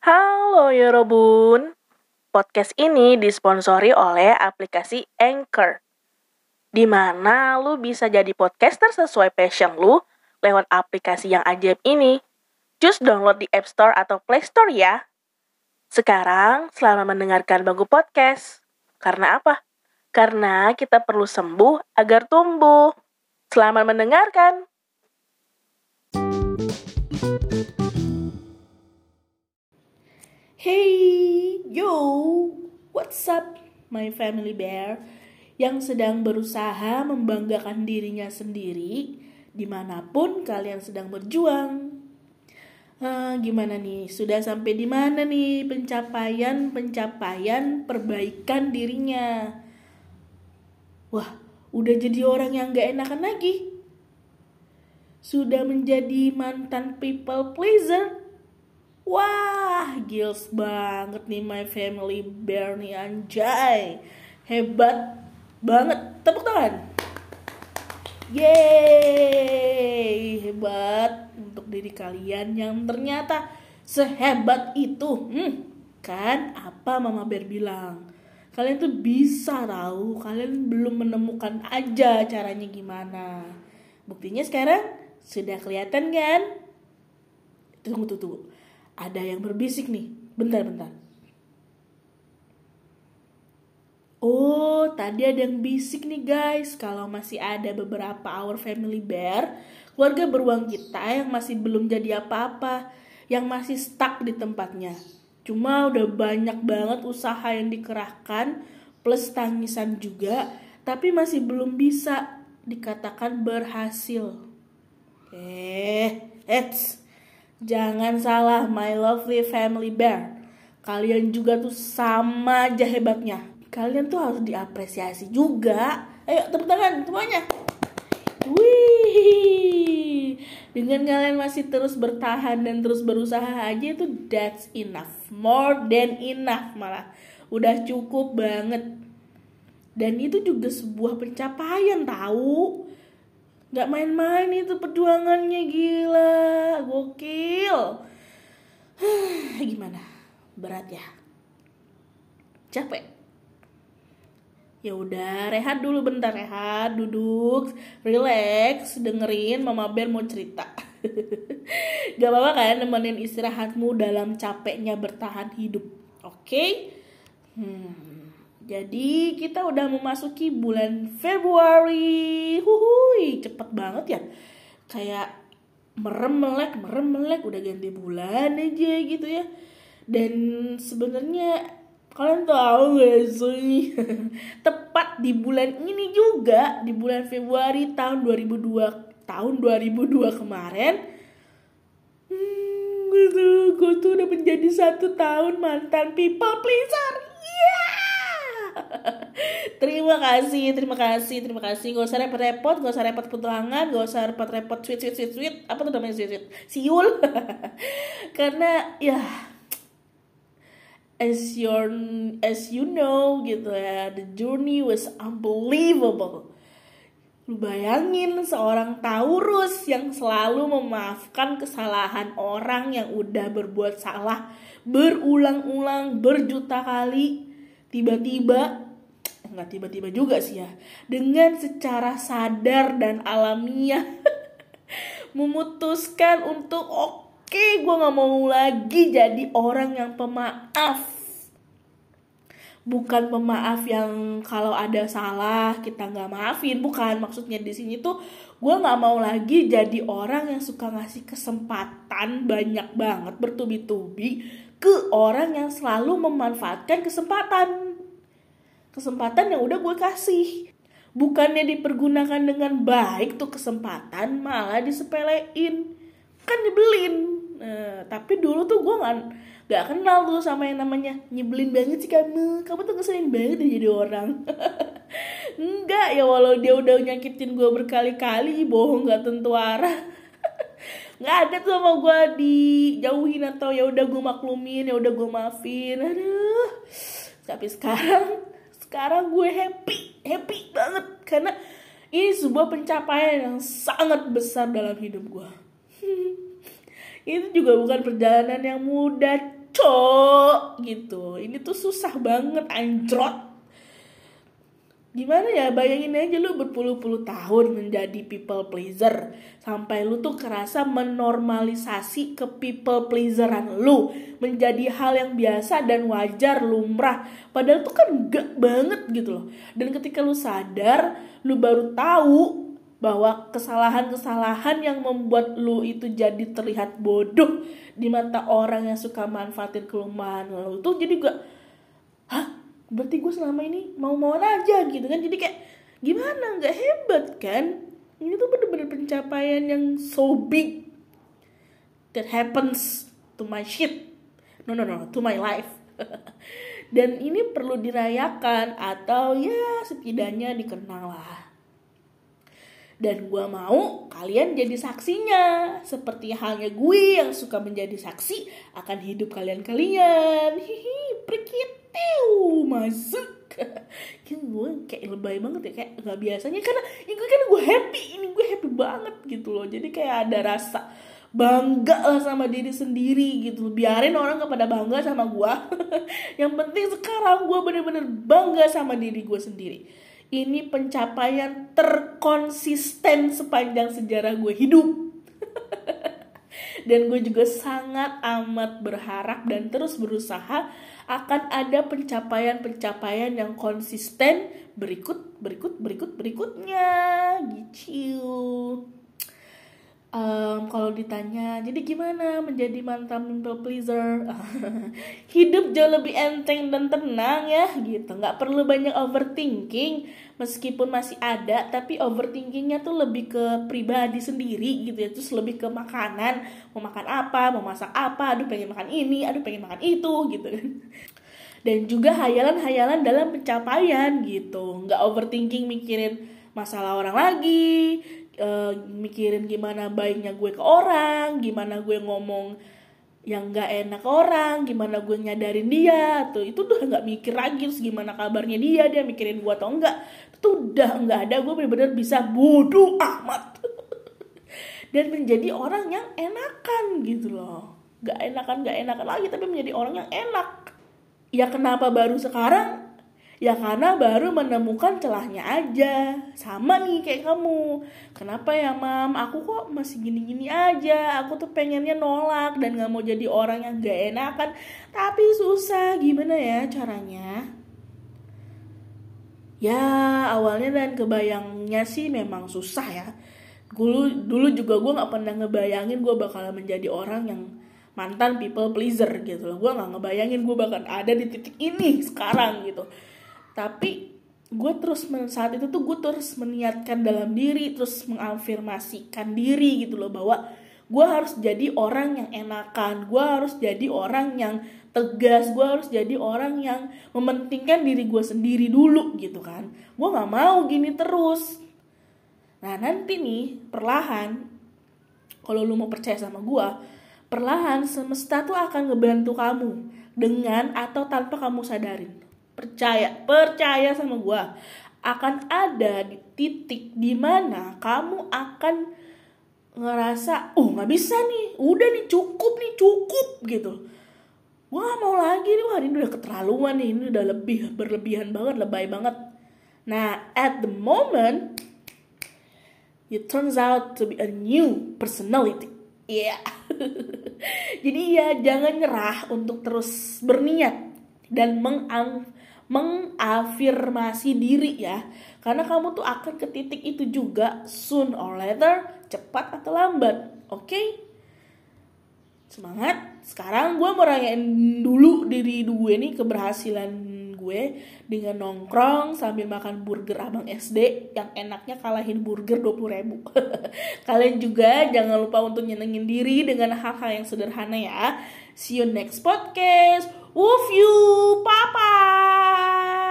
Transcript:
Halo Yorobun, podcast ini disponsori oleh aplikasi Anchor, di mana lu bisa jadi podcaster sesuai passion lu lewat aplikasi yang ajaib ini. Just download di App Store atau Play Store ya. Sekarang, selamat mendengarkan Bangku Podcast. Karena apa? Karena kita perlu sembuh agar tumbuh. Selamat mendengarkan. Hey, yo, what's up, my family bear yang sedang berusaha membanggakan dirinya sendiri dimanapun kalian sedang berjuang. Gimana nih? Sudah sampai di mana nih pencapaian perbaikan dirinya? Wah, udah jadi orang yang gak enakan lagi. Sudah menjadi mantan people pleaser. Wah, gils banget nih my family bear nih, anjay. Hebat banget, tepuk tangan. Yeay, hebat untuk diri kalian yang ternyata sehebat itu. Kan apa Mama Bear bilang, kalian tuh bisa tahu, kalian belum menemukan aja caranya gimana. Buktinya sekarang sudah kelihatan kan? Tunggu. Ada yang berbisik nih. Bentar. Oh, tadi ada yang bisik nih guys. Kalau masih ada beberapa our family bear, keluarga beruang kita yang masih belum jadi apa-apa, yang masih stuck di tempatnya. Cuma udah banyak banget usaha yang dikerahkan, plus tangisan juga, tapi masih belum bisa dikatakan berhasil. Jangan salah my lovely family bear. Kalian juga tuh sama aja hebatnya. Kalian tuh harus diapresiasi juga. Ayo tepuk tangan semuanya. Wih. Dengan kalian masih terus bertahan dan terus berusaha aja itu that's enough. More than enough malah. Udah cukup banget. Dan itu juga sebuah pencapaian tahu. Gak main-main itu perjuangannya, gila, gokil. Gimana? Berat ya? Capek? Ya udah, rehat dulu bentar, rehat, duduk, relax, dengerin Mama Bear mau cerita. Gak apa-apa kan nemenin istirahatmu dalam capeknya bertahan hidup, oke? Jadi kita udah memasuki bulan Februari. Cepet banget ya. Kayak merem melek udah ganti bulan aja gitu ya. Dan sebenarnya kalian tahu gak sih? Tepat di bulan ini juga, di bulan Februari tahun 2002 kemarin, gue tuh udah menjadi 1 tahun mantan people pleaser. Terima kasih. Gak usah repot-repot, gak usah repot petualangan, gak usah repot-repot sweet. Apa tuh namanya sweet? Siul. Karena ya as you know gitu ya, the journey was unbelievable. Lu bayangin seorang Taurus yang selalu memaafkan kesalahan orang yang udah berbuat salah berulang-ulang berjuta kali, nggak tiba-tiba juga sih ya, dengan secara sadar dan alamiah memutuskan untuk oke, gue nggak mau lagi jadi orang yang pemaaf. Bukan pemaaf yang kalau ada salah kita nggak maafin, bukan. Maksudnya di sini tuh gue nggak mau lagi jadi orang yang suka ngasih kesempatan banyak banget bertubi-tubi ke orang yang selalu memanfaatkan kesempatan yang udah gue kasih. Bukannya dipergunakan dengan baik tuh kesempatan, malah disepelein, kan nyebelin. Tapi dulu tuh gue gak kenal tuh sama yang namanya nyebelin banget sih kamu tuh ngeselin banget jadi orang. Enggak ya, walau dia udah nyakitin gue berkali-kali, bohong gak tentu arah. Nggak ada tuh sama gue dijauhin atau ya udah gue maklumin, ya udah gue maafin. Aduh. Tapi sekarang gue happy banget karena ini sebuah pencapaian yang sangat besar dalam hidup gue. Itu juga bukan perjalanan yang mudah cok gitu. Ini tuh susah banget anjrot. Gimana ya, bayangin aja lu berpuluh-puluh tahun menjadi people pleaser sampai lu tuh kerasa menormalisasi ke people pleaseran lu menjadi hal yang biasa dan wajar, lumrah, padahal tuh kan enggak banget gitu loh. Dan ketika lu sadar, lu baru tahu bahwa kesalahan-kesalahan yang membuat lu itu jadi terlihat bodoh di mata orang yang suka manfaatin kelemahan lu tuh, jadi gak, hah? Berarti gue selama ini mau-mauan aja gitu kan. Jadi kayak gimana, gak hebat kan. Ini tuh bener-bener pencapaian yang so big that happens to my shit. No, to my life. Dan ini perlu dirayakan atau ya setidaknya dikenal lah. Dan gue mau kalian jadi saksinya, seperti halnya gue yang suka menjadi saksi akan hidup kalian-kalian. Hihi, prikiteu masuk. Kan gue kayak lebay banget ya, kayak gak biasanya, karena gue happy, ini gue happy banget gitu loh. Jadi kayak ada rasa bangga lah sama diri sendiri gitu. Biarin orang kepada bangga sama gue. Yang penting sekarang gue bener-bener bangga sama diri gue sendiri. Ini pencapaian terkonsisten sepanjang sejarah gue hidup. Dan gue juga sangat amat berharap dan terus berusaha akan ada pencapaian-pencapaian yang konsisten berikutnya gitu. Kalau ditanya, jadi gimana menjadi mantan people pleaser? Hidup jauh lebih enteng dan tenang ya gitu. Nggak perlu banyak overthinking. Meskipun masih ada, tapi overthinkingnya tuh lebih ke pribadi sendiri gitu ya. Terus lebih ke makanan, mau makan apa, mau masak apa, aduh pengen makan ini, aduh pengen makan itu gitu kan. Dan juga hayalan-hayalan dalam pencapaian gitu. Nggak overthinking mikirin masalah orang lagi, mikirin gimana baiknya gue ke orang, gimana gue ngomong yang gak enak ke orang, gimana gue nyadarin dia tuh, itu udah gak mikir lagi. Terus gimana kabarnya dia mikirin gue atau enggak, itu udah gak ada. Gue bener-bener bisa bodo amat dan menjadi orang yang enakan gitu loh. Gak enakan lagi, tapi menjadi orang yang enak. Ya kenapa baru sekarang? Ya karena baru menemukan celahnya aja. Sama nih kayak kamu. Kenapa ya mam, aku kok masih gini-gini aja. Aku tuh pengennya nolak dan gak mau jadi orang yang gak enakan, tapi susah. Gimana ya caranya? Ya awalnya dan kebayangnya sih memang susah ya. Dulu juga gue gak pernah ngebayangin gue bakalan menjadi orang yang mantan people pleaser gitu loh. Gue gak ngebayangin gue bakal ada di titik ini sekarang gitu. Tapi gue terus saat itu tuh gue terus meniatkan dalam diri, terus mengafirmasikan diri gitu loh, bahwa gue harus jadi orang yang enakan, gue harus jadi orang yang tegas, gue harus jadi orang yang mementingkan diri gue sendiri dulu gitu kan. Gue gak mau gini terus. Nah nanti nih perlahan, kalau lu mau percaya sama gue, perlahan semesta tuh akan ngebantu kamu dengan atau tanpa kamu sadarin. Percaya sama gue, akan ada di titik dimana kamu akan ngerasa, nggak bisa nih, udah nih cukup gitu. Gue gak mau lagi nih, wah ini udah keterlaluan nih, ini udah berlebihan banget, lebay banget. Nah at the moment it turns out to be a new personality. Yeah. Jadi ya jangan nyerah untuk terus berniat dan mengafirmasi diri ya. Karena kamu tuh akan ke titik itu juga soon or later, cepat atau lambat. Oke? Semangat. Sekarang gue mau rayain dulu diri gue nih, keberhasilan gue dengan nongkrong sambil makan burger Abang SD yang enaknya kalahin burger 20.000. Kalian juga jangan lupa untuk nyenengin diri dengan hal-hal yang sederhana ya. See you next podcast. Woof you. Bye-bye.